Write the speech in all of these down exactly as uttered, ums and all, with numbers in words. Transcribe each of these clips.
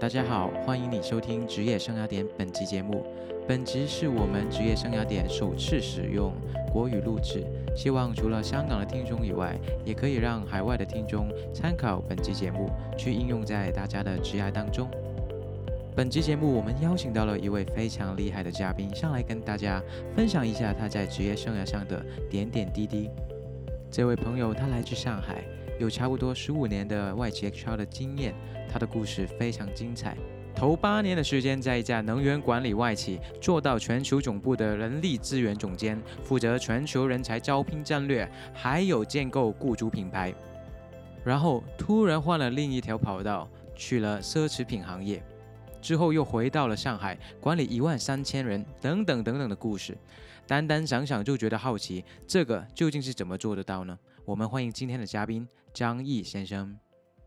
大家好，欢迎你收听职业生涯点本集节目。本集是我们职业生涯点首次使用国语录制，希望除了香港的听众以外，也可以让海外的听众参考本集节目，去应用在大家的职业当中。本集节目我们邀请到了一位非常厉害的嘉宾，上来跟大家分享一下他在职业生涯上的点点滴滴。这位朋友他来自上海，有差不多十五年的外企 H R 的经验，他的故事非常精彩。头八年的时间在一家能源管理外企做到全球总部的人力资源总监，负责全球人才招聘战略，还有建构雇主品牌。然后突然换了另一条跑道，去了奢侈品行业，之后又回到了上海，管理一万三千人，等等等等的故事。单单想想就觉得好奇，这个究竟是怎么做得到呢？我们欢迎今天的嘉宾张毅先生。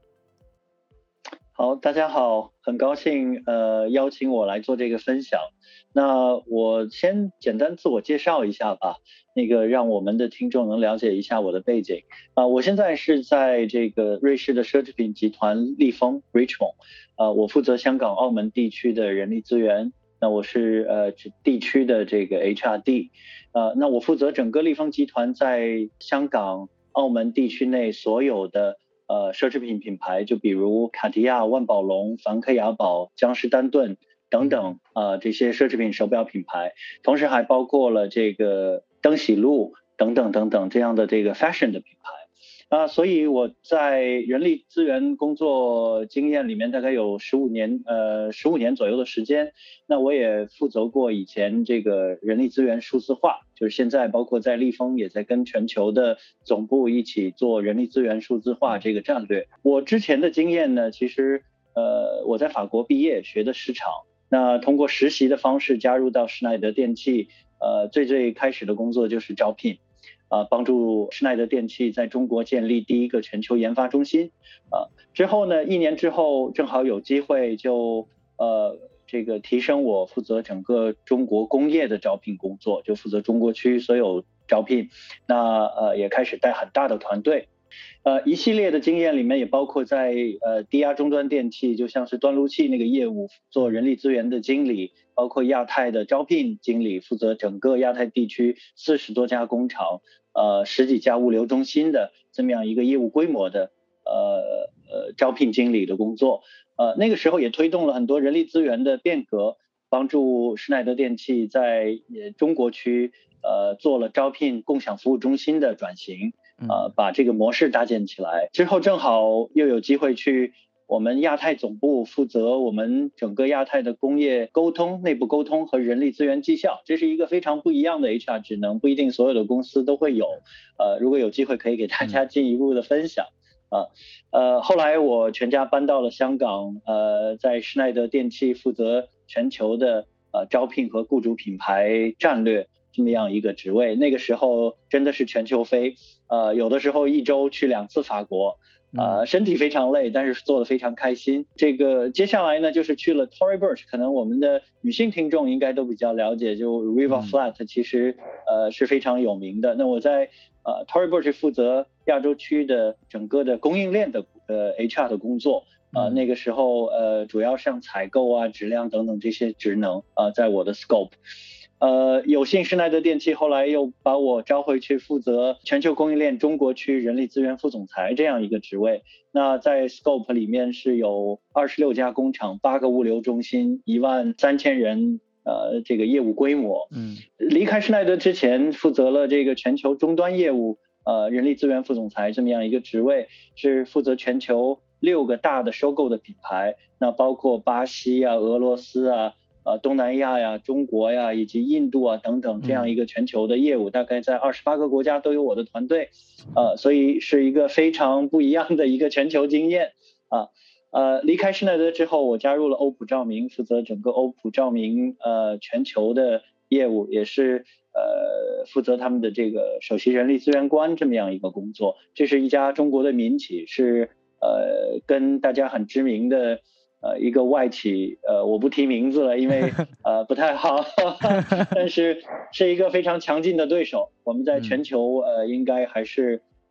好，大家好，很高兴呃邀请我来做这个分享。那我先简单自我介绍一下吧，那个让我们的听众能了解一下我的背景啊、呃。我现在是在这个瑞士的奢侈品集团利丰 Richemont， 呃，我负责香港、澳门地区的人力资源。那我是呃地区的这个 H R D， 呃，那我负责整个利丰集团在香港、澳门地区内所有的呃奢侈品品牌，就比如卡地亚、万宝龙、梵克雅宝、江诗丹顿等等呃这些奢侈品手表品牌，同时还包括了这个登喜路等等等等这样的这个 fashion 的品牌。啊，所以我在人力资源工作经验里面大概有十五年，呃，十五年左右的时间。那我也负责过以前这个人力资源数字化，就是现在包括在利丰也在跟全球的总部一起做人力资源数字化这个战略。我之前的经验呢，其实呃我在法国毕业学的市场，那通过实习的方式加入到施耐德电器，呃，最最开始的工作就是招聘。呃，帮助施耐德电器在中国建立第一个全球研发中心。呃，之后呢，一年之后正好有机会就呃这个提升我负责整个中国工业的招聘工作，就负责中国区所有招聘。那呃也开始带很大的团队。呃，一系列的经验里面也包括在呃低压终端电器，就像是端路器那个业务做人力资源的经理，包括亚太的招聘经理，负责整个亚太地区四十多家工厂，呃十几家物流中心的这么样一个业务规模的呃呃招聘经理的工作。呃那个时候也推动了很多人力资源的变革，帮助施耐德电器在中国区呃做了招聘共享服务中心的转型。呃，把这个模式搭建起来之后，正好又有机会去我们亚太总部负责我们整个亚太的工业沟通、内部沟通和人力资源绩效，这是一个非常不一样的 H R 职能，不一定所有的公司都会有。呃，如果有机会可以给大家进一步的分享。啊，呃，后来我全家搬到了香港，呃，在施耐德电器负责全球的呃招聘和雇主品牌战略。这么样一个职位，那个时候真的是全球飞，呃，有的时候一周去两次法国，呃，身体非常累，但是做得非常开心。这个接下来呢，就是去了 Tory Burch， 可能我们的女性听众应该都比较了解，就 Riva Flat 其实呃是非常有名的。那我在呃 Tory Burch 负责亚洲区的整个的供应链的呃 H R 的工作。呃，那个时候呃主要像采购啊、质量等等这些职能啊、呃，在我的 scope。呃，有幸施耐德电器后来又把我招回去负责全球供应链中国区人力资源副总裁这样一个职位。那在 scope 里面是有二十六家工厂、八个物流中心、一万三千人，呃，这个业务规模。嗯，离开施耐德之前，负责了这个全球终端业务，呃，人力资源副总裁这么样一个职位，是负责全球六个大的收购的品牌，那包括巴西啊、俄罗斯啊。呃，东南亚呀、中国呀，以及印度啊等等这样一个全球的业务，嗯、大概在二十八个国家都有我的团队，呃，所以是一个非常不一样的一个全球经验啊。呃，离开施耐德之后，我加入了欧普照明，负责整个欧普照明呃全球的业务，也是呃负责他们的这个首席人力资源官这么样一个工作。这是一家中国的民企，是呃跟大家很知名的。呃，一个外企，呃，我不提名字了，因为呃不太好，但是是一个非常强劲的对手。我们在全球呃应该还是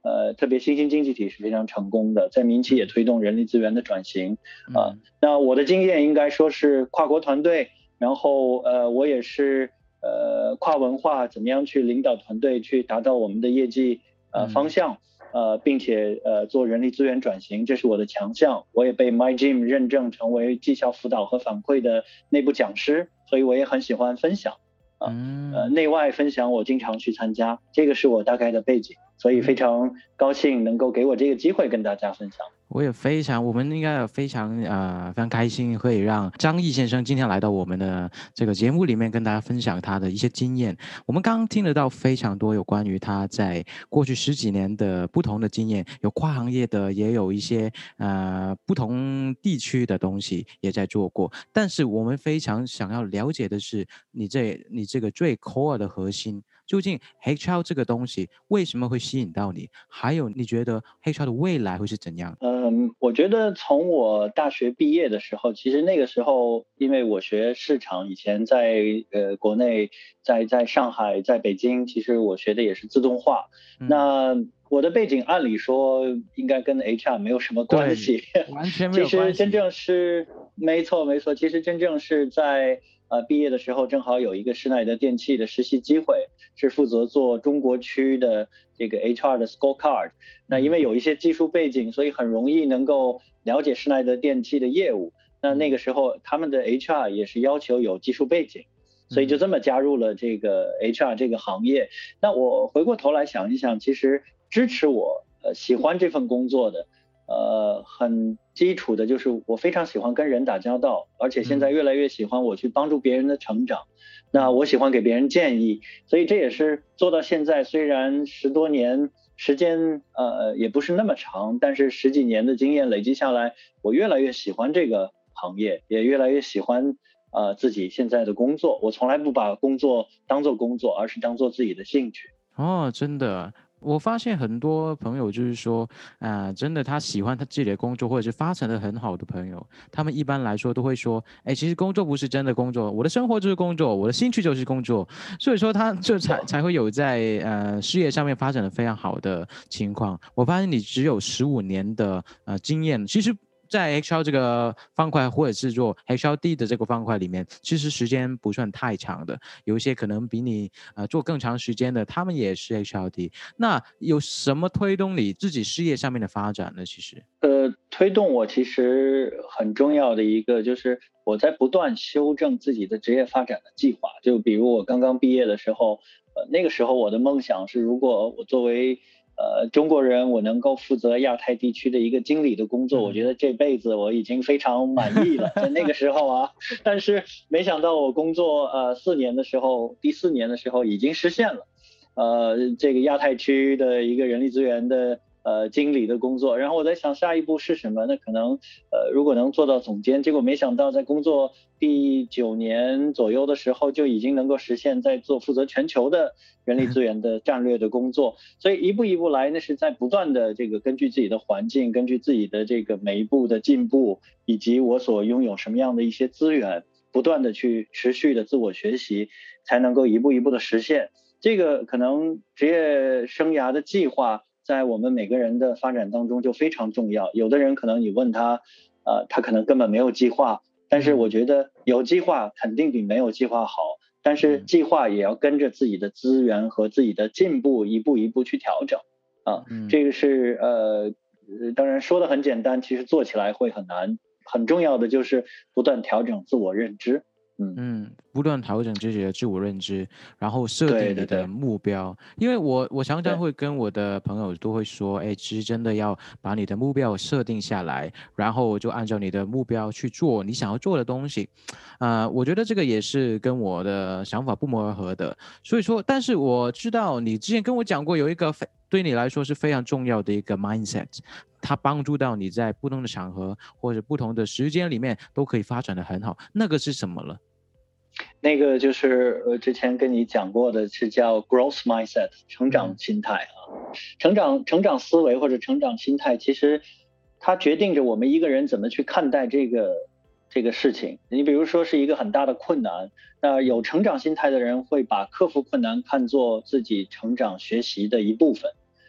呃，特别新兴经济体是非常成功的，在民企也推动人力资源的转型啊、 嗯那我的经验应该说是跨国团队，然后呃，我也是呃跨文化怎么样去领导团队，去达到我们的业绩呃方嗯向，呃，并且呃做人力资源转型，这是我的强项。我也被 MyGym 认证成为绩效辅导和反馈的内部讲师，所以我也很喜欢分享啊，呃， 嗯内外分享我经常去参加，这个是我大概的背景，所以非嗯。 常高兴能够给我这个机会跟大家分享。 我也非常，我们应该有非常呃非常开心，可以让张毅先生今天来到我们的这个节目里面，跟大家分享他的一些经验。我们刚刚听得到非常多有关于他在过去十几年的不同的经验，有跨行业的，也有一些呃不同地区的东西也在做过。但是我们非常想要了解的是，你这你这个最 core 的核心。究竟 H R 这个东西为什么会吸引到你？还有你觉得 H R 的未来会是怎样？ 嗯，我觉得从我大学毕业的时候，其实那个时候，因为我学市场，以前在呃国内，在在上海，在北京，其实我学的也是自动化。 嗯， 那我的背景按理说应该跟 H R 没有什么关对， 系， 完全没其有关系。 实真正是没错没错，其实真正是在呃毕业的时候，正好有一个施耐德电器的实习机会，是负责做中国区的这个 H R 的 scorecard。那因嗯为有一些技术背景，所以很容易能够了解施耐德电器的业务。那那嗯个时候他们的 H R 也是要求有技术背景，所以就嗯这么加入了这个 H R 这个行业。那我回过头来想一想，其实支持我呃喜欢这份工作的，呃很基础的就是我非常喜欢跟人打交道，而且现在嗯越来越喜欢我去帮助别人的成长。那嗯我喜欢给别人建议，所以这也是做到现在，虽然十多年时间呃也不是那么长，但是十几年的经验累积下来，我越来越喜欢这个行业，也越来越喜欢呃自己现在的工作。我从来不把工作当做工作，而是当做自己的兴趣。 哦，真的，我发现很多朋友就是说，啊、真的他喜欢他自己的工作，或者是发展的很好的朋友，他们一般来说都会说，哎，其实工作不是真的工作，我的生活就是工作，我的兴趣就是工作，所以说他就才才会有在呃事业上面发展的非常好的情况。我发现你只有十五年的呃经验，其实。在 H R 这个方块，或者是做 H R D 的这个方块里面，其实时间不算太长的。有一些可能比你呃做更长时间的，他们也是 H R D。那有什么推动你自己事业上面的发展呢？其实， 呃，推动我其实很重要的一个就是我在不断修正自己的职业发展的计划。就比如我刚刚毕业的时候，呃，那个时候我的梦想是，如果我作为呃中国人，我能够负责亚太地区的一个经理的工作，我觉嗯， 得这辈子我已经非常满意了。在那个时候啊，但是没想到我工作呃四年的时候，第四年的时候已经实现了。呃，这个亚太区的一个人力资源的呃经理的工作，然后我在想下一步是什么？那可能呃如果能做到总监，结果没想到在工作第九年左右的时候就已经能够实现，在做负责全球的人力资源的战略的工作，所以一步一步来，那是在不断的这个根据自己的环境，根据自己的这个每一步的进步，以及我所拥有什么样的一些资源，不断的去持续的自我学习，才能够一步一步的实现。这个可能职业生涯的计划在我们每个人的发展当中就非常重要。有的人可能你问他，呃，他可能根本没有计划，但是我嗯觉得有计划肯定比没有计划好。但是嗯计划也要跟着自己的资源和自己的进步一步一步去调整啊。 嗯。 这个是呃，当然说的很简单，其实做起来会很难。很重要的就是不断调整自我认知。嗯， 嗯，不断调整自己的自我认知，然后设定你的对对对目标。因为我我常常对。 会跟我的朋友都会说，哎，其实真的要把你的目标设定下来，然后就按照你的目标去做你想要做的东西。啊、我觉得这个也是跟我的想法不谋而合的。所以说，但是我知道你之前跟我讲过有一个非对你来说是非常重要的一个 mindset，它帮助到你在不同的场合或者不同的时间里面都可以发展的很好。那个是什么了？ 那个就是呃，之前跟你讲过的是叫 growth mindset 成长嗯心态啊，成长成长思维或者成长心态，其实它决定着我们一个人怎么去看待这个这个事情。你比如说是一个很大的困难，那有成长心态的人会把克服困难看作自己成长学习的一部分。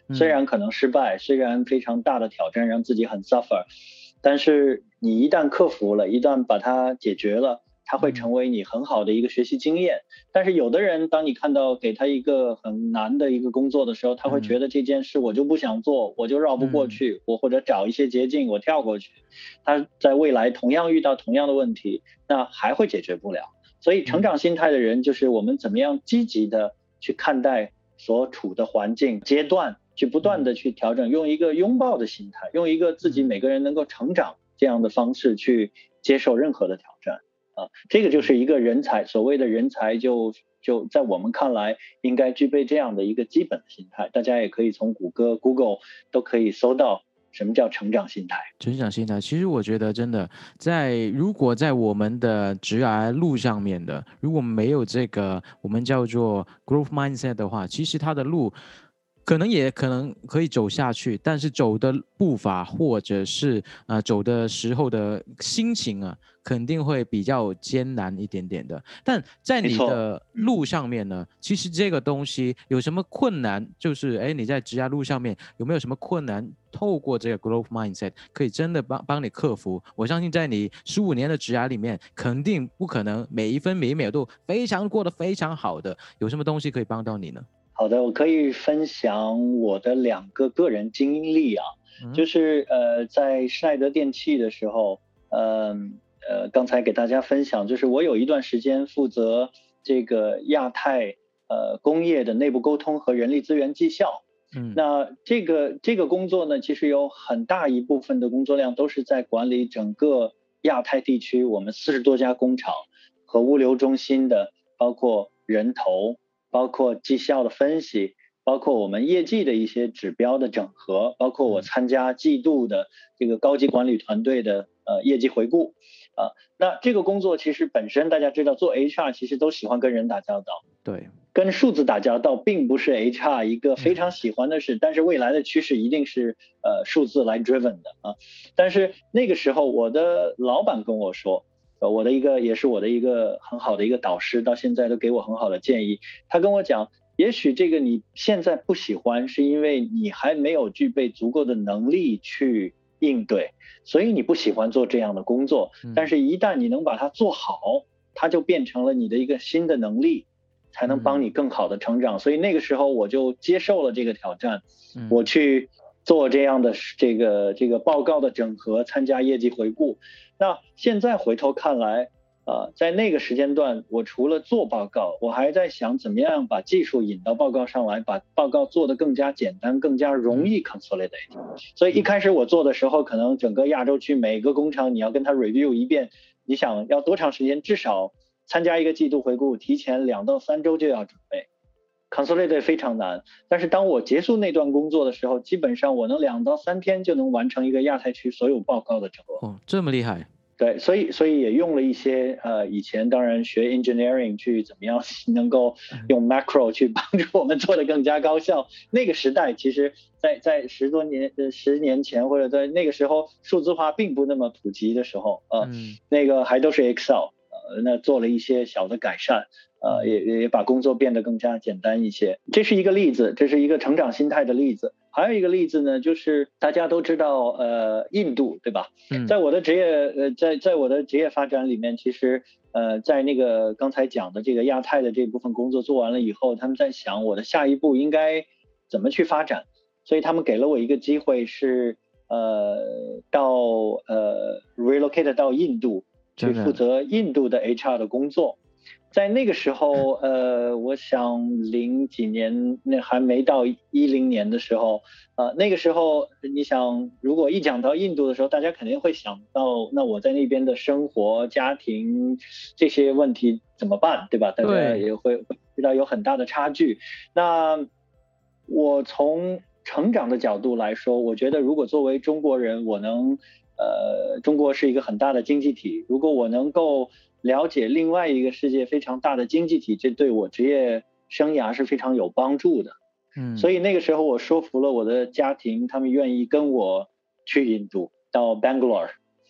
虽然可能失败，虽然非常大的挑战让自己很 suffer， 但是你一旦克服了，一旦把它解决了，它会成为你很好的一个学习经验。但是有的人当你看到给他一个很难的一个工作的时候，他会觉得这件事我就不想做，我就绕不过去，我或者找一些捷径我跳过去，他在未来同样遇到同样的问题，那还会解决不了。所以成长心态的人就是我们怎么样积极的去看待所处的环境阶段，去不断的去调整，用一个拥抱的心态，用一个自己每个人能够成长这样的方式去接受任何的挑战啊，这个就是一个人才，所谓的人才就就在我们看来应该具备这样的一个基本的心态。大家也可以从谷歌 Google 都可以搜到什么叫成长心态。 成长心态，其实我觉得真的在如果在我们的职涯路上面的，如果没有这个我们叫做 growth mindset 的话，其实它的路可能也可能可以走下去，但是走的步伐或者是呃走的时候的心情啊，肯定会比较艰难一点点的。但在你的路上面呢，其实这个东西有什么困难？就是哎，你在职涯路上面有没有什么困难？透过这个 growth mindset 可以真的帮帮你克服。我相信在你十五年的职涯里面，肯定不可能每一分每一秒都非常过得非常好的。有什么东西可以帮到你呢？ 好的，我可以分享我的两个个人经历啊，嗯、就是呃，在施耐德电器的时候，呃呃，刚才给大家分享，就是我有一段时间负责这个亚太呃工业的内部沟通和人力资源绩效。嗯，那这个这个工作呢，其实有很大一部分的工作量都是在管理整个亚太地区我们四十多家工厂和物流中心的，包括人头。包括绩效的分析，包括我们业绩的一些指标的整合，包括我参加季度的这个高级管理团队的呃业绩回顾啊。那这个工作其实本身大家知道，做 H R 其实都喜欢跟人打交道， 对， 跟数字打交道并不是 H R 一个非常喜欢的事，但是未来的趋势一定是呃数字来 driven 的啊。但是那个时候我的老板跟我说。呃，我的一个也是我的一个很好的一个导师，到现在都给我很好的建议。他跟我讲，也许这个你现在不喜欢，是因为你还没有具备足够的能力去应对，所以你不喜欢做这样的工作。但是，一旦你能把它做好，它就变成了你的一个新的能力，才能帮你更好的成长。所以那个时候我就接受了这个挑战，我去做这样的这个这个报告的整合，参加业绩回顾。那现在回头看来，呃，在那个时间段，我除了做报告，我还在想怎么样把技术引到报告上来，把报告做得更加简单、更加容易 consolidate。所以一开始我做的时候，可能整个亚洲区每个工厂你要跟他 review 一遍，你想要多长时间？至少参加一个季度回顾，提前两到三周就要准备。consolidate 非常难，但是当我结束那段工作的时候，基本上我能两到三天就能完成一个亚太区所有报告的整合。 哦，这么厉害。 对，所以所以也用了一些呃，以前当然学 engineering 去怎么样能够用 macro 去帮助我们做得更加高效。那个时代其实在在十多年呃十年前或者在那个时候数字化并不那么普及的时候，呃，嗯、那个还都是 Excel， 呃，那做了一些小的改善。呃，也也把工作变得更加简单一些，这是一个例子，这是一个成长心态的例子。还有一个例子呢，就是大家都知道，呃，印度，对吧？嗯，在我的职业，呃，在在我的职业发展里面，其实，呃，在那个刚才讲的这个亚太的这部分工作做完了以后，他们在想我的下一步应该怎么去发展，所以他们给了我一个机会是，呃，到呃 relocate 到印度去负责印度的 H R 的工作。在那个时候，呃，我想零几年，那还没到一零年的时候，呃，那个时候你想，如果一讲到印度的时候，大家肯定会想到，那我在那边的生活、家庭这些问题怎么办，对吧？大家也会会知道有很大的差距。那我从成长的角度来说，我觉得如果作为中国人，我能，呃，中国是一个很大的经济体，如果我能够了解另外一个世界非常大的经济体，这对我职业生涯是非常有帮助的。嗯，所以那个时候我说服了我的家庭，他们愿意跟我去印度到 Bangalore。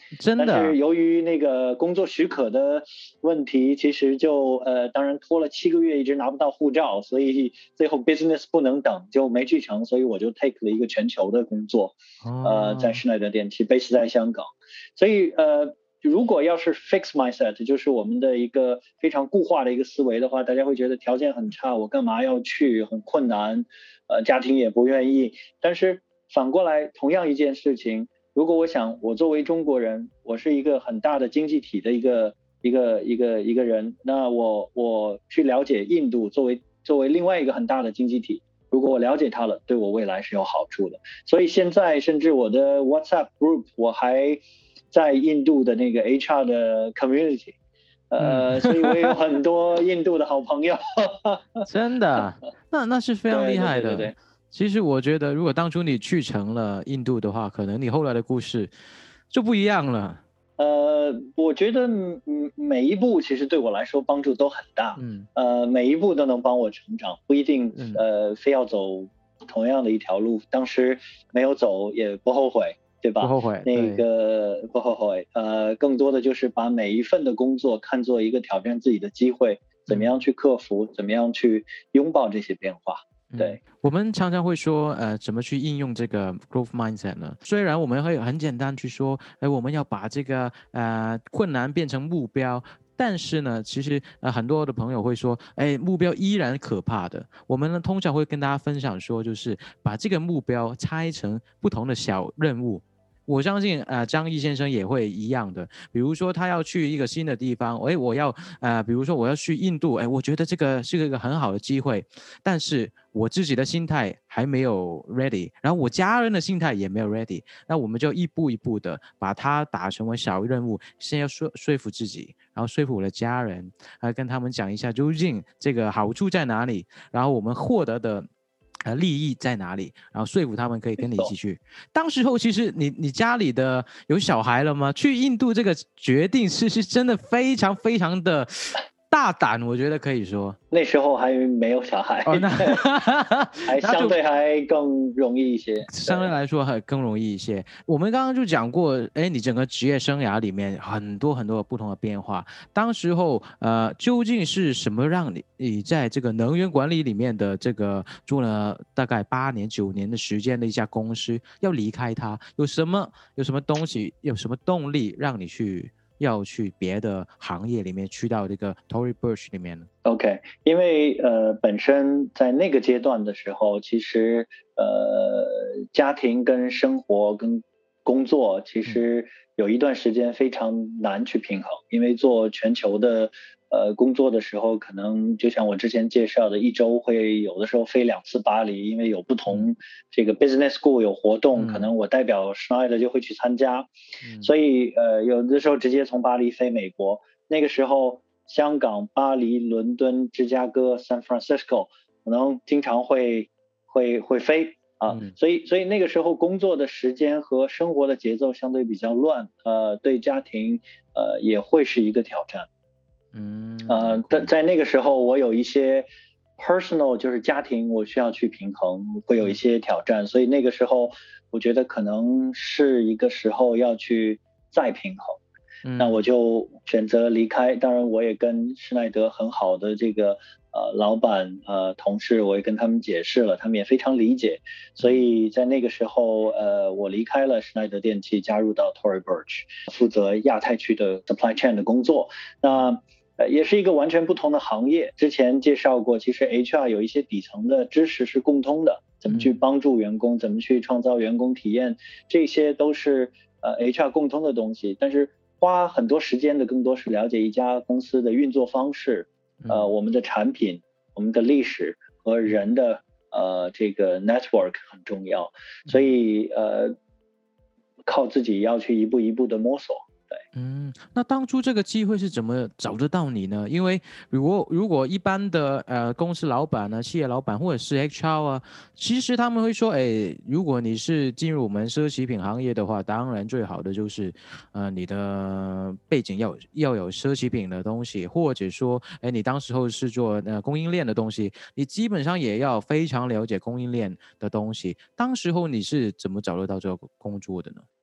但是真的， 由于那个工作许可的问题，其实就呃，当然拖了七个月，一直拿不到护照，所以最后 business 不能等，就没去成，所以我就 take 了一个全球的工作，呃，在哦， 施耐德电器，base 在香港，所以呃。如果要是 fix mindset，就是我们的一个非常固化的一个思维的话，大家会觉得条件很差，我干嘛要去，很困难，呃，家庭也不愿意。但是反过来，同样一件事情，如果我想，我作为中国人，我是一个很大的经济体的一个一个一个一个人，那我我去了解印度作为作为另外一个很大的经济体，如果我了解它了，对我未来是有好处的。所以现在甚至我的 WhatsApp group 我还在印度的那个 H R 的 community， 嗯， 呃，所以我也有很多印度的好朋友。 真的，那那是非常厉对对害的。 对对对。 其实我觉得，如果当初你去成了印度的话，可能你后来的故事就不一样了。 呃，我觉得嗯每一步其实对我来说帮助都很大， 嗯呃，每一步都能帮我成长，不一定嗯， 呃非要走同样的一条路，当时没有走也不后悔，对吧？ 不后悔， 那对。 个不后悔，呃，更多的就是把每一份的工作看作一个挑战自己的机会，怎么嗯样去克服，怎么样去拥抱这些变化， 嗯， 对。 我们常常会说，呃，怎么去应用这个 growth mindset 呢？虽然我们会很简单去说，哎，我们要把这个呃困难变成目标，但是呢，其实呃很多的朋友会说，哎，目标依然可怕的。我们呢通常会跟大家分享说，就是把这个目标拆成不同的小任务。我相信，呃，张毅先生也会一样的。比如说，他要去一个新的地方，哎，我要，呃，比如说我要去印度，哎，我觉得这个是一个很好的机会，但是我自己的心态还没有 ready，然后我家人的心态也没有 ready，那我们就一步一步的把它打成为小任务，先要说说服自己，然后说服我的家人，还跟他们讲一下究竟这个好处在哪里，然后我们获得的。呃，利益在哪里？然后说服他们可以跟你一起去。当时候其实你你家里的有小孩了吗？去印度这个决定是是真的非常非常的大胆，我觉得可以说。 那时候还没有小孩， 哦，那对，还那就相对还更容易一些， 相对对。 来说还更容易一些。我们刚刚就讲过，哎，你整个职业生涯里面很多很多不同的变化。当时候，呃，究竟是什么让你你在这个能源管理里面的这个做了大概八年九年的时间的一家公司，要离开它？有什么有什么东西，有什么动力让你去要去别的行业里面，去到这个 Tory Burch 里面呢？ OK，因为呃，本身在那个阶段的时候，其实呃，家庭跟生活跟工作其嗯实有一段时间非常难去平衡，因为做全球的呃工作的时候，可能就像我之前介绍的，一周会有的时候飞两次巴黎，因为有不嗯同这个 business school 有活动，可嗯能我代表 Schneider 就会去参加， 嗯所以呃，有的时候直接从巴黎飞美国。那个时候，香港、巴黎、伦敦、芝加哥、San Francisco 可能经常会会会飞啊， 嗯所以所以那个时候工作的时间和生活的节奏相对比较乱，呃，对家庭呃也会是一个挑战。 嗯呃，在 ，OK， 在那个时候，我有一些 personal 就是家庭，我需要去平衡，会有一嗯些挑战，所以那个时候我觉得可能是一个时候要去再平衡。那我嗯就选择离开。当然，我也跟施耐德很好的这个呃老板呃同事，我也跟他们解释了，他们也非常理解。所嗯以在那个时候，呃，我离开了施耐德电器，加入到 Tory Burch，负责亚太区的 supply chain 的工作。那呃，也是一个完全不同的行业。之前介绍过，其实 H R 有一些底层的知识是共通的，怎么去嗯帮助员工，怎么去创造员工体验，这些都是呃 H R 共通的东西。但是花很多时间的，更多是了解一家公司的运作方式，呃， 嗯我们的产品、我们的历史和人的呃这个 network 很重要。所嗯。 以呃，靠自己要去一步一步的摸索。对。 嗯，那当初这个机会是怎么找得到你呢？因为如果如果一般的呃公司老板呢、企业老板或者是 H R 啊，其实他们会说，哎，如果你是进入我们奢侈品行业的话，当然最好的就是呃你的背景要有要有奢侈品的东西，或者说，哎，你当时候是做呃供应链的东西，你基本上也要非常了解供应链的东西。当时候你是怎么找得到这个工作的呢？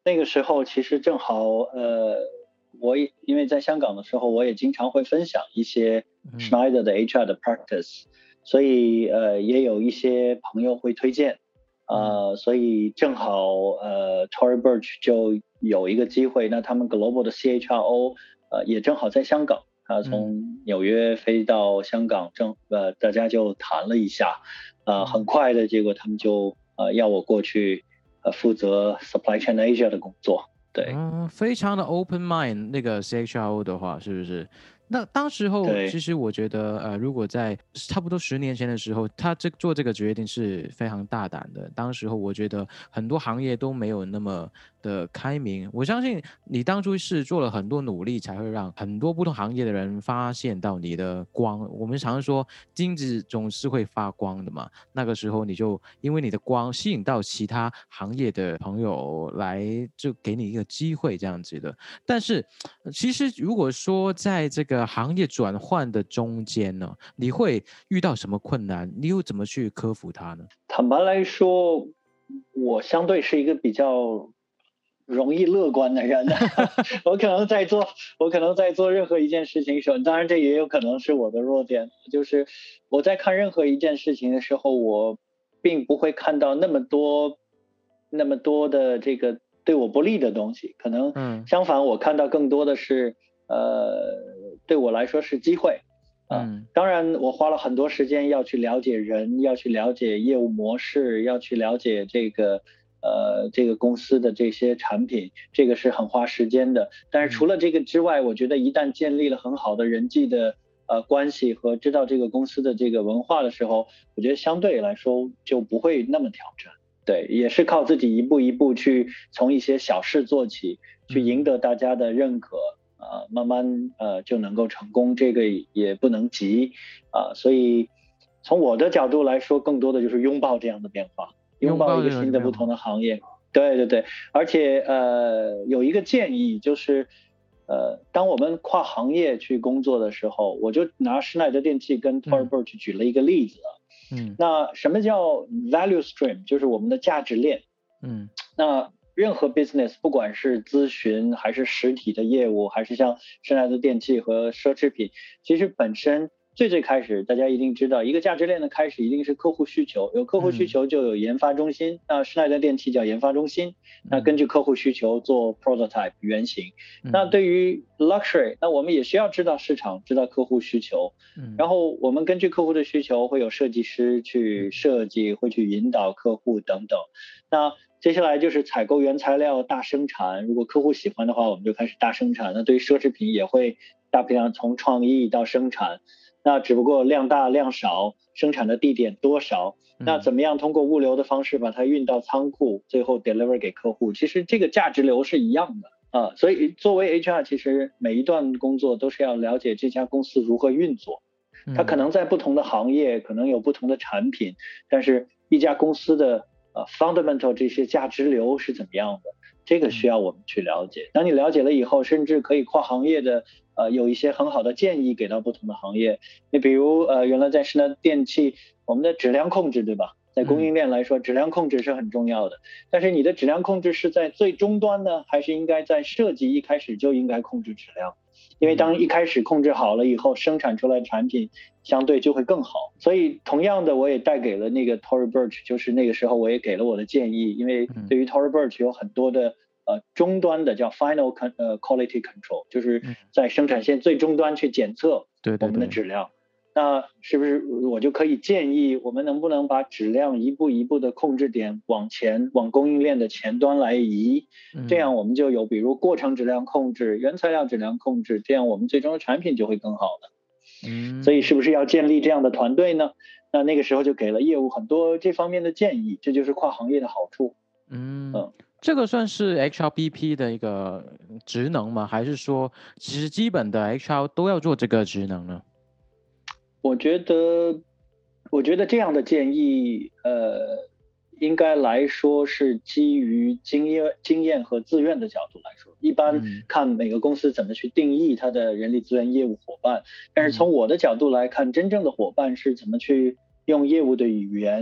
那个时候其实正好呃，我也因为在香港的时候，我也经常会分享一些 Schneider 的 H R 的 practice，、嗯、所以呃也有一些朋友会推荐，呃，嗯、所以正好呃 Tory Burch 就有一个机会，那他们 Global 的 C H R O 呃也正好在香港。他从纽约飞到香港，正呃大家就谈了一下，呃很快的结果他们就呃要我过去呃负责 Supply Chain Asia 的工作，对， 嗯，非常的 open mind， 那个 C H R O 的话是不是？那当时候其实我觉得，呃，如果在差不多十年前的时候，他这做这个决定是非常大胆的。当时候我觉得很多行业都没有那么的开明。我相信你当初是做了很多努力，才会让很多不同行业的人发现到你的光。我们常说金子总是会发光的嘛。那个时候你就因为你的光吸引到其他行业的朋友来，就给你一个机会这样子的。但是其实如果说在这个行业转换的中间呢，你会遇到什么困难？你又怎么去克服它呢？ 坦白来说，我相对是一个比较容易乐观的人我可能在做，我可能在做任何一件事情时候，当然这也有可能是我的弱点，就是我在看任何一件事情的时候，我并不会看到那么多那么多的这个对我不利的东西，可能相反，我看到更多的是呃对我来说是机会。啊，嗯，当然我花了很多时间要去了解人，要去了解业务模式，要去了解这个呃这个公司的这些产品，这个是很花时间的。但是除了这个之外，我觉得一旦建立了很好的人际的呃关系和知道这个公司的这个文化的时候，我觉得相对来说就不会那么挑战。对，也是靠自己一步一步去从一些小事做起，去赢得大家的认可。呃，慢慢呃就能够成功，这个也不能急啊、呃，所以从我的角度来说，更多的就是拥抱这样的变化，拥抱一个新的不同的行业。对对对，而且呃有一个建议就是，呃，当我们跨行业去工作的时候，我就拿施耐德电器跟 Tory Burch 举了一个例子啊。嗯，那什么叫 value stream？ 就是我们的价值链。嗯，那任何 business 不管是咨询还是实体的业务，还是像施耐德电器和奢侈品，其实本身最最开始大家一定知道，一个价值链的开始一定是客户需求，有客户需求就有研发中心，嗯、那施耐德电器叫研发中心，那根据客户需求做 prototype 原型。嗯、那对于 luxury， 那我们也需要知道市场，知道客户需求，嗯、然后我们根据客户的需求会有设计师去设计，会去引导客户等等。那接下来就是采购原材料大生产，如果客户喜欢的话，我们就开始大生产。那对于奢侈品也会大批量从创意到生产，那只不过量大量少，生产的地点多少，那怎么样通过物流的方式把它运到仓库，最后 deliver 给客户，其实这个价值流是一样的啊。所以作为 H R， 其实每一段工作都是要了解这家公司如何运作，它可能在不同的行业可能有不同的产品，但是一家公司的呃 fundamental 这些价值流是怎么样的，这个需要我们去了解。当你了解了以后，甚至可以跨行业的呃有一些很好的建议给到不同的行业。你比如呃原来在施耐德电器，我们的质量控制，对吧？在供应链来说，质量控制是很重要的。但是你的质量控制是在最终端呢，还是应该在设计一开始就应该控制质量？因为当一开始控制好了以后，生产出来的产品相对就会更好。所以同样的，我也带给了那个 Tory Burch， 就是那个时候我也给了我的建议，因为对于 Tory Burch 有很多的呃终端的叫 final con, 呃 quality control， 就是在生产线最终端去检测我们的质量。对对对，那是不是我就可以建议我们能不能把质量一步一步的控制点往前往供应链的前端来移，这样我们就有比如过程质量控制、原材料质量控制，这样我们最终的产品就会更好的。嗯，所以是不是要建立这样的团队呢？那那个时候就给了业务很多这方面的建议，这就是跨行业的好处。 嗯嗯，这个算是 H R B P 的一个职能吗？还是说其实基本的 H R 都要做这个职能呢？ 我觉得，我觉得这样的建议，呃，应该来说是基于经验、经验和自愿的角度来说。一般看每个公司怎么去定义它的人力资源业务伙伴，但是从我的角度来看，真正的伙伴是怎么去用业务的语言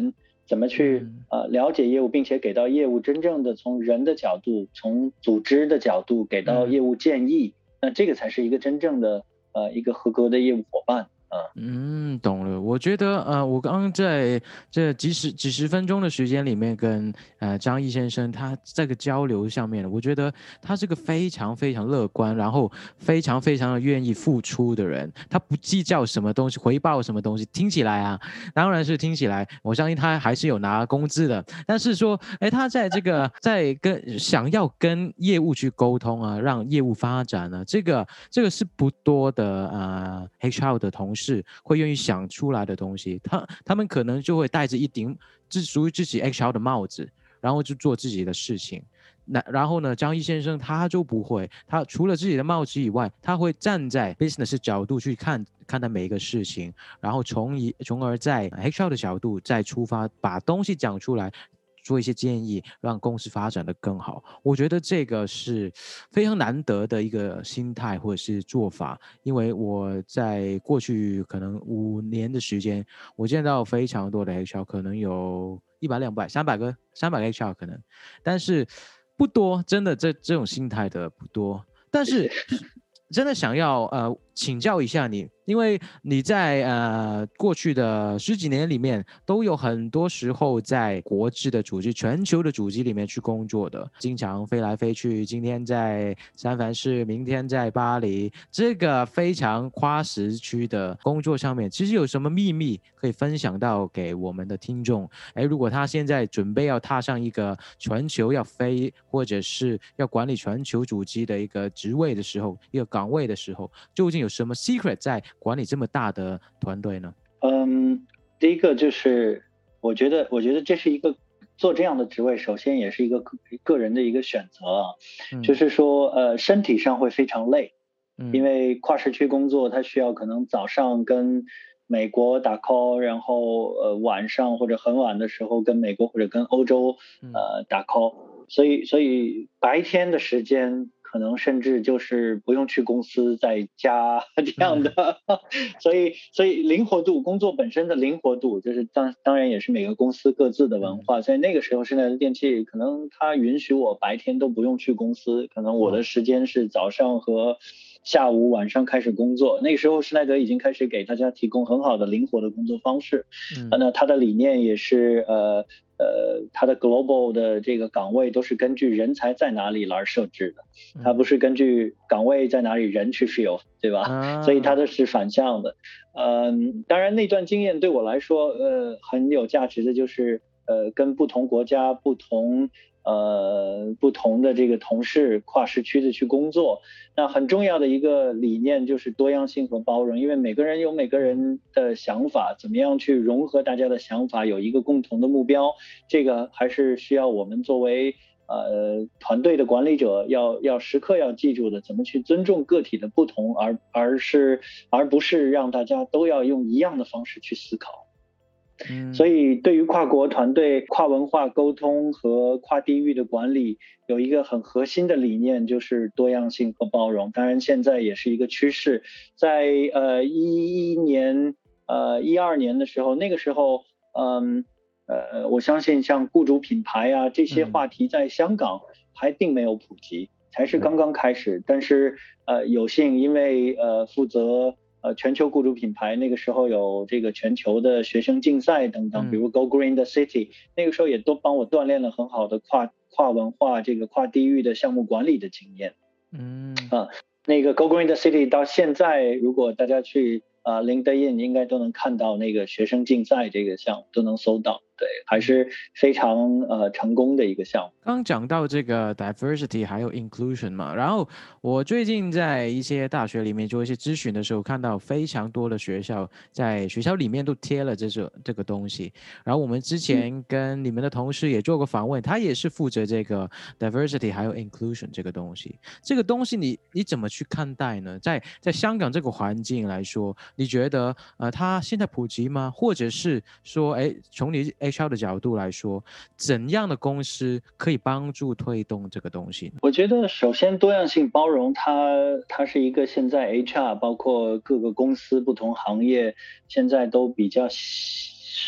怎么去呃了解业务，并且给到业务真正的从人的角度，从组织的角度给到业务建议，那这个才是一个真正的呃一个合格的业务伙伴。 嗯，懂了。我觉得，呃，我刚刚在这几十几十分钟的时间里面跟，呃张毅先生他这个交流上面，我觉得他是个非常非常乐观，然后非常非常的愿意付出的人。他不计较什么东西，回报什么东西。听起来啊，当然是听起来，我相信他还是有拿工资的。但是说，哎，他在这个在跟想要跟业务去沟通啊，让业务发展呢、啊，这个这个是不多的呃 H R 的同事会愿意想出来的东西，他他们可能就会戴着一顶只属于自己 H R 的帽子，然后就做自己的事情。那然后呢，张毅先生他就不会，他除了自己的帽子以外，他会站在 business 角度去看看待每一个事情，然后从一从而在 H R 的角度再出发，把东西讲出来。做一些建议，让公司发展得更好。我觉得这个是非常难得的一个心态或者是做法，因为我在过去可能五年的时间，我见到非常多的 H R， 可能有一百、两百、三百个、三百个 H R 可能，但是不多，真的这这种心态的不多。但是真的想要呃请教一下你，因为你在呃过去的十几年里面，都有很多时候在国际的组织、全球的组织里面去工作的，经常飞来飞去，今天在三藩市，明天在巴黎，这个非常跨时区的工作上面，其实有什么秘密可以分享到给我们的听众？哎，如果他现在准备要踏上一个全球要飞，或者是要管理全球组织的一个职位的时候，一个岗位的时候，究竟有什么 secret 在管理这么大的团队呢？ 嗯，第一个就是我觉得，我觉得这是一个做这样的职位，首先也是一个个个人的一个选择啊， 嗯、 就是说呃身体上会非常累， 嗯、 因为跨时区工作，它需要可能早上跟美国打 call，然后呃晚上或者很晚的时候跟美国或者跟欧洲呃打 call，所以所以白天的时间可能甚至就是不用去公司在家这样的，嗯、所以所以灵活度，工作本身的灵活度，就是当当然也是每个公司各自的文化，所以那个时候现在的电器可能它允许我白天都不用去公司，可能我的时间是早上和下午晚上开始工作，那个时候施耐德已经开始给大家提供很好的灵活的工作方式。嗯，那他的理念也是呃呃，他的 global 的这个岗位都是根据人才在哪里来设置的，他不是根据岗位在哪里人去 fill， 对吧？啊、所以他的是反向的。嗯，当然那段经验对我来说，呃，很有价值的就是，呃，跟不同国家、不同呃不同的这个同事跨时区的去工作。那很重要的一个理念就是多样性和包容，因为每个人有每个人的想法，怎么样去融合大家的想法，有一个共同的目标，这个还是需要我们作为呃团队的管理者要要时刻要记住的，怎么去尊重个体的不同，而而是而不是让大家都要用一样的方式去思考。所以对于跨国团队跨文化沟通和跨地域的管理有一个很核心的理念，就是多样性和包容，当然现在也是一个趋势。在呃一一年呃一二年的时候，那个时候嗯呃我相信像雇主品牌啊这些话题在香港还并没有普及，才是刚刚开始。但是呃有幸因为呃负责呃，全球雇主品牌那个时候有这个全球的学生竞赛等等，比如 Go Green 的 City， 那个时候也都帮我锻炼了很好的跨跨文化、这个跨地域的项目管理的经验。嗯，啊，那个 Go Green 的 City 到现在，如果大家去啊、呃、LinkedIn 应该都能看到那个学生竞赛这个项目，都能搜到。对，还是非常呃成功的一个项目。 刚讲到这个 diversity 还有 inclusion 嘛，然后我最近在一些大学里面做一些咨询的时候，看到非常多的学校在学校里面都贴了这个这个东西。然后我们之前跟你们的同事也做过访问，他也是负责这个 diversity 还有 inclusion 这个东西。这个东西你你怎么去看待呢？在在香港这个环境来说，你觉得呃它现在普及吗？或者是说，哎，从你 H R 的角度来说，怎样的公司可以帮助推动这个东西呢？ 我觉得首先多样性包容它它是一个现在 H R 包括各个公司不同行业现在都比较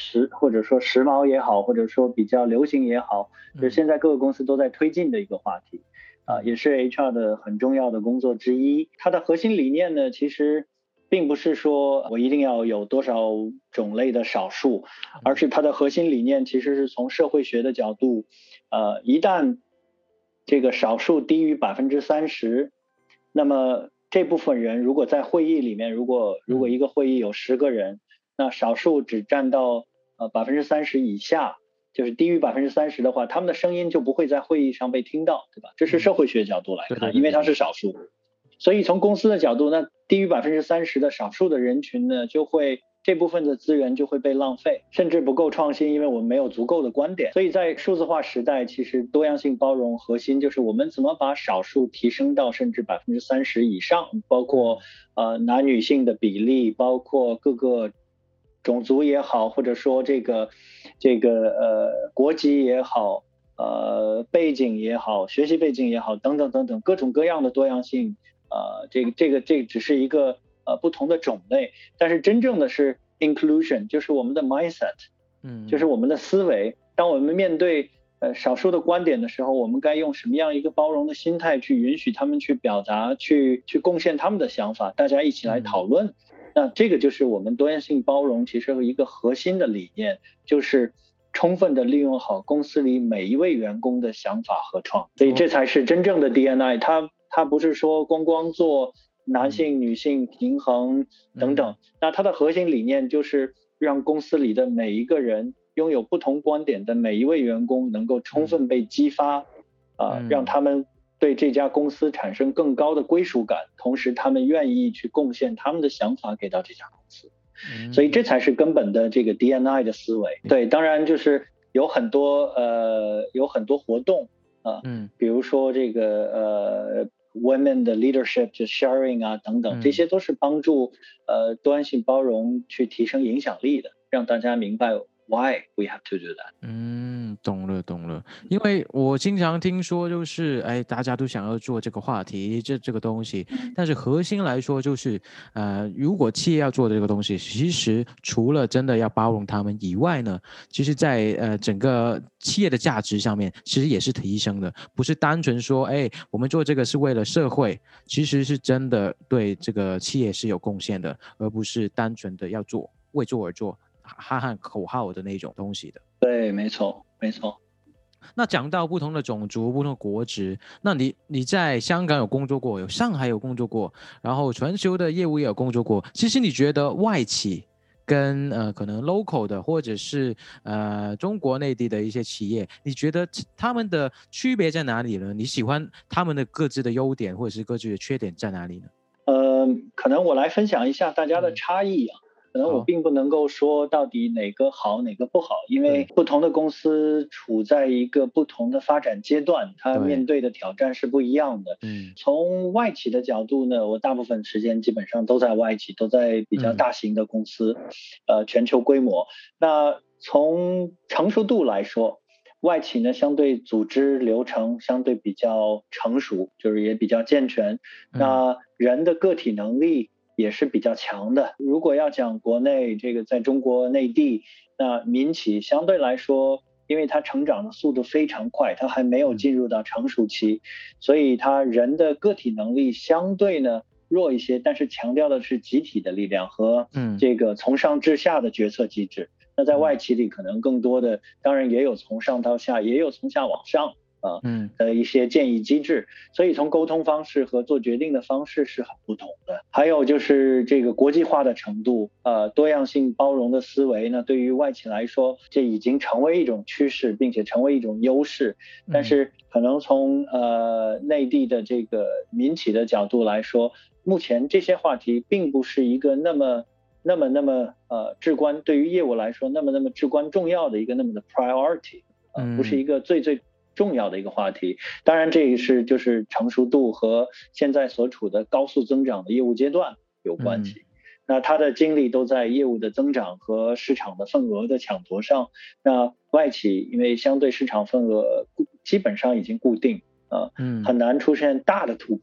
时或者说时髦也好，或者说比较流行也好，就是现在各个公司都在推进的一个话题，啊、也是 H R 的很重要的工作之一。它的核心理念呢，其实并不是说我一定要有多少种类的少数，而是它的核心理念其实是从社会学的角度，呃，一旦这个少数低于百分之三十，那么这部分人如果在会议里面，如果如果一个会议有十个人，那少数只占到呃百分之三十以下，就是低于百分之三十的话，他们的声音就不会在会议上被听到，对吧？这是社会学角度来看， 对对对因为它是少数。所以从公司的角度，那低于百分之三十的少数的人群呢，就会这部分的资源就会被浪费，甚至不够创新，因为我们没有足够的观点。所以在数字化时代，其实多样性包容核心就是我们怎么把少数提升到甚至百分之三十以上，包括呃男女性的比例，包括各个种族也好，或者说这个这个呃国籍也好。呃，背景也好，学习背景也好，等等等等，各种各样的多样性，呃，这个这个这个只是一个呃不同的种类，但是真正的是 inclusion，就是我们的 mindset，嗯，就是我们的思维。当我们面对呃少数的观点的时候，我们该用什么样一个包容的心态去允许他们去表达，去去贡献他们的想法，大家一起来讨论。嗯、那这个就是我们多样性包容其实一个核心的理念，就是充分的利用好公司里每一位员工的想法和创意，所以这才是真正的 D and I。它它不是说光光做男性、女性平衡等等，嗯、那它的核心理念就是让公司里的每一个人拥有不同观点的每一位员工能够充分被激发，啊、呃，让他们对这家公司产生更高的归属感，同时他们愿意去贡献他们的想法给到这家公司。所以这才是根本的这个 D and I 的思维。对，当然就是有很多呃有很多活动啊，嗯，比如说这个呃 women 的 leadership 就 sharing 啊等等，这些都是帮助呃多样性包容去提升影响力的，让大家明白 why we have to do that。 嗯，懂了懂了，因为我经常听说就是，哎，大家都想要做这个话题，这这个东西，但是核心来说就是，呃，如果企业要做这个东西，其实除了真的要包容他们以外呢，其实在呃整个企业的价值上面，其实也是提升的，不是单纯说，哎，我们做这个是为了社会，其实是真的对这个企业是有贡献的，而不是单纯的要做为做而做。喊喊口号的那种东西的。 对，没错，没错。 那讲到不同的种族、不同的国籍，那你你在香港有工作过，有上海有工作过，然后全球的业务也有工作过。其实你觉得外企跟呃可能 local 的，或者是呃中国内地的一些企业，你觉得他们的区别在哪里呢？你喜欢他们的各自的优点，或者是各自的缺点在哪里呢？ 呃，可能我来分享一下大家的差异啊。嗯，可能我并不能够说到底哪个好哪个不好，因为不同的公司处在一个不同的发展阶段，它面对的挑战是不一样的。嗯，从外企的角度呢，我大部分时间基本上都在外企，都在比较大型的公司，嗯、呃，全球规模。那从成熟度来说，外企呢相对组织流程相对比较成熟，就是也比较健全。嗯、那人的个体能力也是比较强的。如果要讲国内这个在中国内地，那民企相对来说，因为它成长的速度非常快，它还没有进入到成熟期，所以它人的个体能力相对呢弱一些，但是强调的是集体的力量和这个从上至下的决策机制。那在外企里可能更多的，当然也有从上到下，也有从下往上。啊，嗯的一些建议机制，所以从沟通方式和做决定的方式是很不同的。还有就是这个国际化的程度，呃，多样性包容的思维呢，对于外企来说，这已经成为一种趋势，并且成为一种优势。但是可能从呃内地的这个民企的角度来说，目前这些话题并不是一个那么。那么那么呃至关对于业务来说那么那么至关重要的一个那么的 priority，呃，不是一个最最重要的一个话题。当然这也是就是成熟度和现在所处的高速增长的业务阶段有关系。嗯，那他的精力都在业务的增长和市场的份额的抢夺上。那外企因为相对市场份额基本上已经固定，呃，嗯，很难出现大的突破。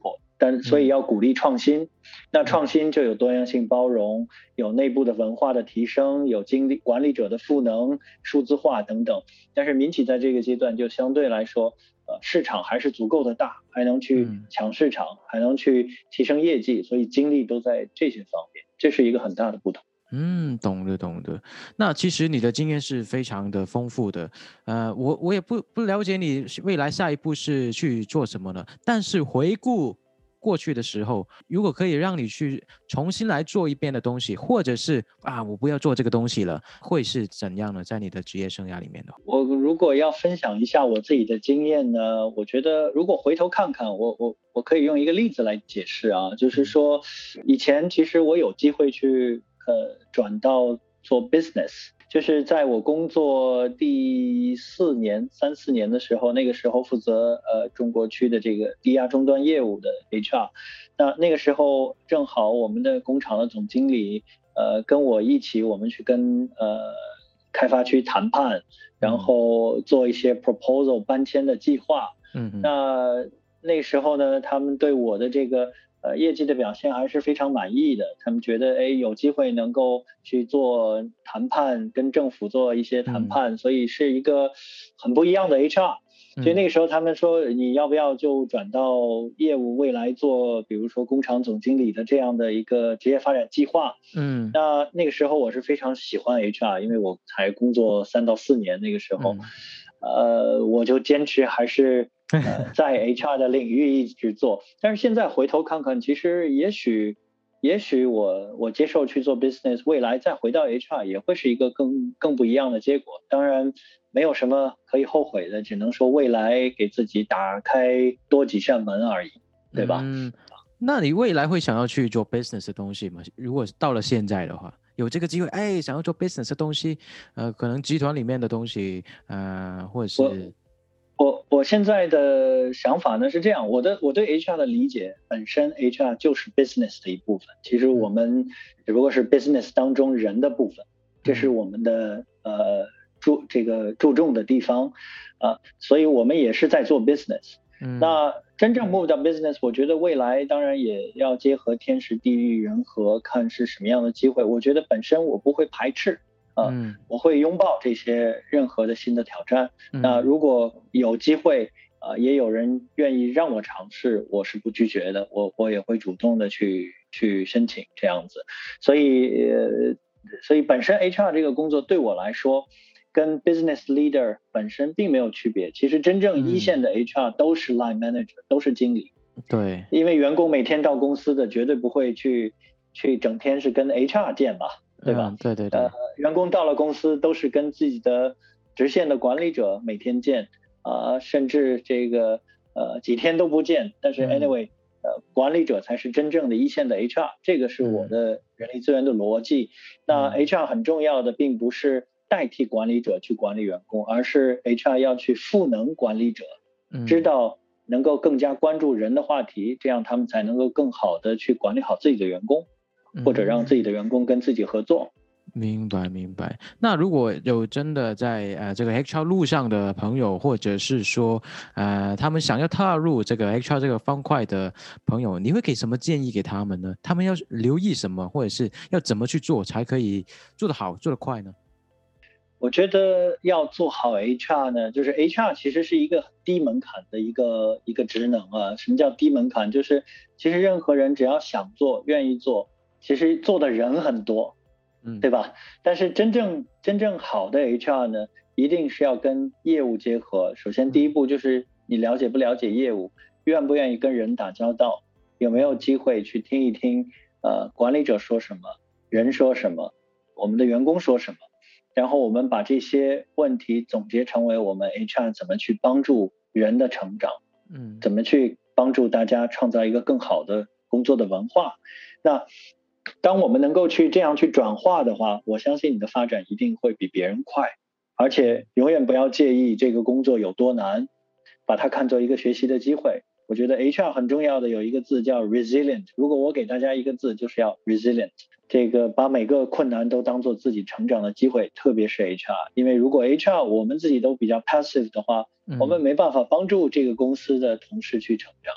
但所以要鼓励创新。那创新就有多样性包容，有内部的文化的提升，有经理管理者的赋能、数字化等等。但是民企在这个阶段就相对来说，呃，市场还是足够的大，还能去抢市场，还能去提升业绩，所以精力都在这些方面，这是一个很大的不同。 嗯，懂的懂的。那其实你的经验是非常的丰富的，呃，我我也不不了解你未来下一步是去做什么呢？但是回顾过去的时候，如果可以让你去重新来做一遍的东西，或者是啊，我不要做这个东西了，会是怎样的？在你的职业生涯里面的？ 我如果要分享一下我自己的经验呢，我觉得如果回头看看，我我我可以用一个例子来解释啊，就是说，以前其实我有机会去呃转到做 business， 就是在我工作第四年、三四年的时候，那个时候负责呃中国区的这个低压终端业务的 H R， 那那个时候正好我们的工厂的总经理呃跟我一起，我们去跟呃开发区谈判，然后做一些 proposal 搬迁的计划。 嗯嗯。 那那时候呢，他们对我的这个呃业绩的表现还是非常满意的，他们觉得哎有机会能够去做谈判，跟政府做一些谈判，嗯、所以是一个很不一样的 H R。所以那个时候他们说你要不要就转到业务，未来做比如说工厂总经理的这样的一个职业发展计划。嗯，那那个时候我是非常喜欢 H R， 因为我才工作三到四年，那个时候，嗯、呃，我就坚持还是呃在 H R 的领域一直做。但是现在回头看看，其实也许也许我我接受去做 business， 未来再回到 H R 也会是一个更更不一样的结果。当然没有什么可以后悔的，只能说未来给自己打开多几扇门而已，对吧？ 嗯，那你未来会想要去做 business 的东西吗？如果到了现在的话，有这个机会，哎，想要做 business 的东西，呃，可能集团里面的东西，呃，或者是我我现在的想法呢是这样，我的我对 H R 的理解本身 H R 就是 business 的一部分，其实我们只不过是 business 当中人的部分，这是我们的呃注这个注重的地方啊、呃，所以我们也是在做 business。嗯、那真正 move 到 business， 我觉得未来当然也要结合天时地利人和，看是什么样的机会。我觉得本身我不会排斥。啊、呃嗯，我会拥抱这些任何的新的挑战。嗯、那如果有机会，啊、呃，也有人愿意让我尝试，我是不拒绝的。我我也会主动的去去申请这样子。所以，呃，所以本身 H R 这个工作对我来说，跟 business leader 本身并没有区别。其实真正一线的 H R 都是 line manager，、嗯、都是经理。 对， 因为员工每天到公司的，绝对不会去去整天是跟 H R 见吧。对吧、 嗯？对对对。 呃，员工到了公司都是跟自己的直线的管理者每天见，啊、呃，甚至这个呃几天都不见。但是 anyway，、嗯、呃，管理者才是真正的一线的 H R， 这个是我的人力资源的逻辑。嗯、那 H R 很重要的并不是代替管理者去管理员工，而是 H R 要去赋能管理者，知道能够更加关注人的话题，这样他们才能够更好的去管理好自己的员工。或者让自己的员工跟自己合作。 明白明白。那如果有真的在呃这个 H R 路上的朋友，或者是说呃他们想要踏入这个 H R 这个方块的朋友，你会给什么建议给他们呢？他们要留意什么，或者是要怎么去做才可以做得好、做得快呢？ 我觉得要做好 H R 呢，就是 H R 其实是一个低门槛的一个一个职能啊。什么叫低门槛？就是其实任何人只要想做、愿意做，其实做的人很多，嗯，对吧？但是真正真正好的 H R 呢，一定是要跟业务结合。首先第一步就是你了解不了解业务，愿不愿意跟人打交道，有没有机会去听一听呃管理者说什么，人说什么，我们的员工说什么，然后我们把这些问题总结成为我们 H R 怎么去帮助人的成长，嗯，怎么去帮助大家创造一个更好的工作的文化。那当我们能够去这样去转化的话，我相信你的发展一定会比别人快。而且永远不要介意这个工作有多难，把它看作一个学习的机会。我觉得 H R 很重要的有一个字叫 resilient， 如果我给大家一个字，就是要 resilient， 这个把每个困难都当做自己成长的机会，特别是 H R， 因为如果 H R 我们自己都比较 passive 的话，我们没办法帮助这个公司的同事去成长。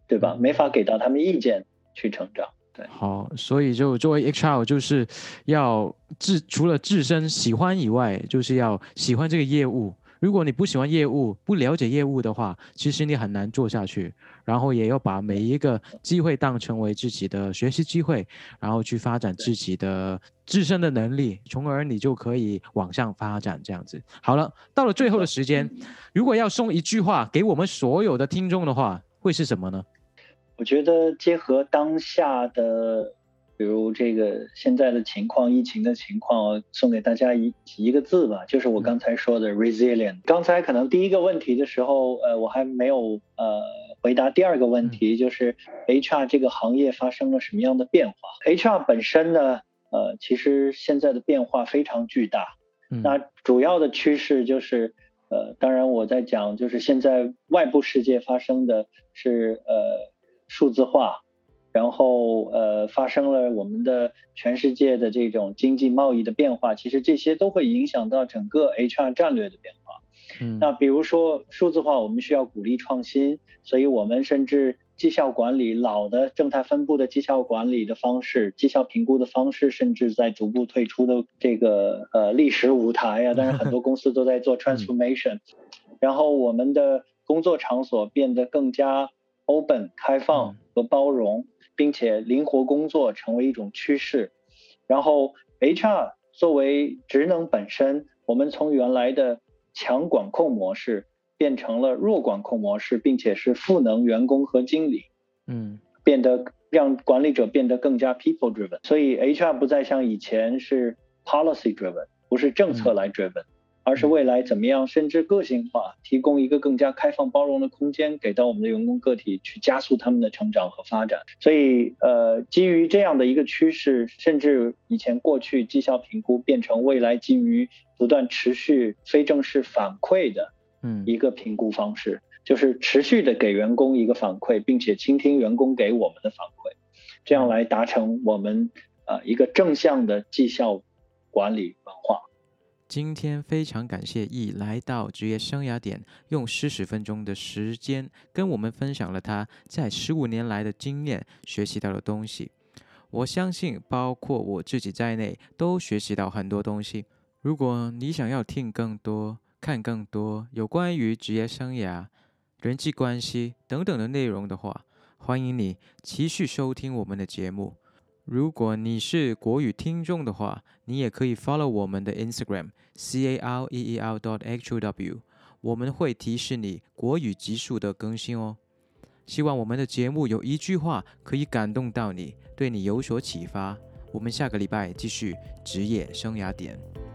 对吧？没法给到他们意见去成长。对， 好，所以就作为 H R 就是要自除了自身喜欢以外，就是要喜欢这个业务。如果你不喜欢业务，不了解业务的话，其实你很难做下去。然后也要把每一个机会当成为自己的学习机会，然后去发展自己的自身的能力，从而你就可以往上发展。这样子，好了，到了最后的时间，如果要送一句话给我们所有的听众的话，会是什么呢？ 我觉得结合当下的，比如这个现在的情况，疫情的情况，送给大家一一个字吧，就是我刚才说的 resilient。刚才可能第一个问题的时候，呃，我还没有呃回答第二个问题，就是 H R 这个行业发生了什么样的变化？H R 本身呢，呃，其实现在的变化非常巨大。那主要的趋势就是，呃，当然我在讲，就是现在外部世界发生的是呃。数字化，然后呃发生了我们的全世界的这种经济贸易的变化，其实这些都会影响到整个 H R 战略的变化。嗯，那比如说数字化，我们需要鼓励创新，所以我们甚至绩效管理老的正态分布的绩效管理的方式、绩效评估的方式，甚至在逐步退出的这个呃历史舞台啊。当然，很多公司都在做 transformation，然后我们的工作场所变得更加open 开放和包容，并且灵活工作成为一种趋势。然后 H R 作为职能本身，我们从原来的强管控模式变成了弱管控模式，并且是赋能员工和经理，嗯，变得让管理者变得更加 people driven。所以 H R 不再像以前是 policy driven， 不是政策来 driven。嗯，而是未来怎么样甚至个性化，提供一个更加开放包容的空间给到我们的员工个体，去加速他们的成长和发展。所以呃，基于这样的一个趋势，甚至以前过去绩效评估变成未来基于不断持续非正式反馈的一个评估方式，嗯，就是持续的给员工一个反馈，并且倾听员工给我们的反馈，这样来达成我们呃一个正向的绩效管理文化。 今天非常感谢易来到职业生涯点，用四十分钟的时间跟我们分享了他在十五年来的经验，学习到的东西。我相信包括我自己在内都学习到很多东西。如果你想要听更多、看更多有关于职业生涯、人际关系等等的内容的话，欢迎你继续收听我们的节目。如果你是国语听众的话，你也可以 follow 我们的 Instagram C A R E E R dot H O W， 我们会提示你国语集数的更新哦。希望我们的节目有一句话可以感动到你，对你有所启发。我们下个礼拜继续职业生涯点。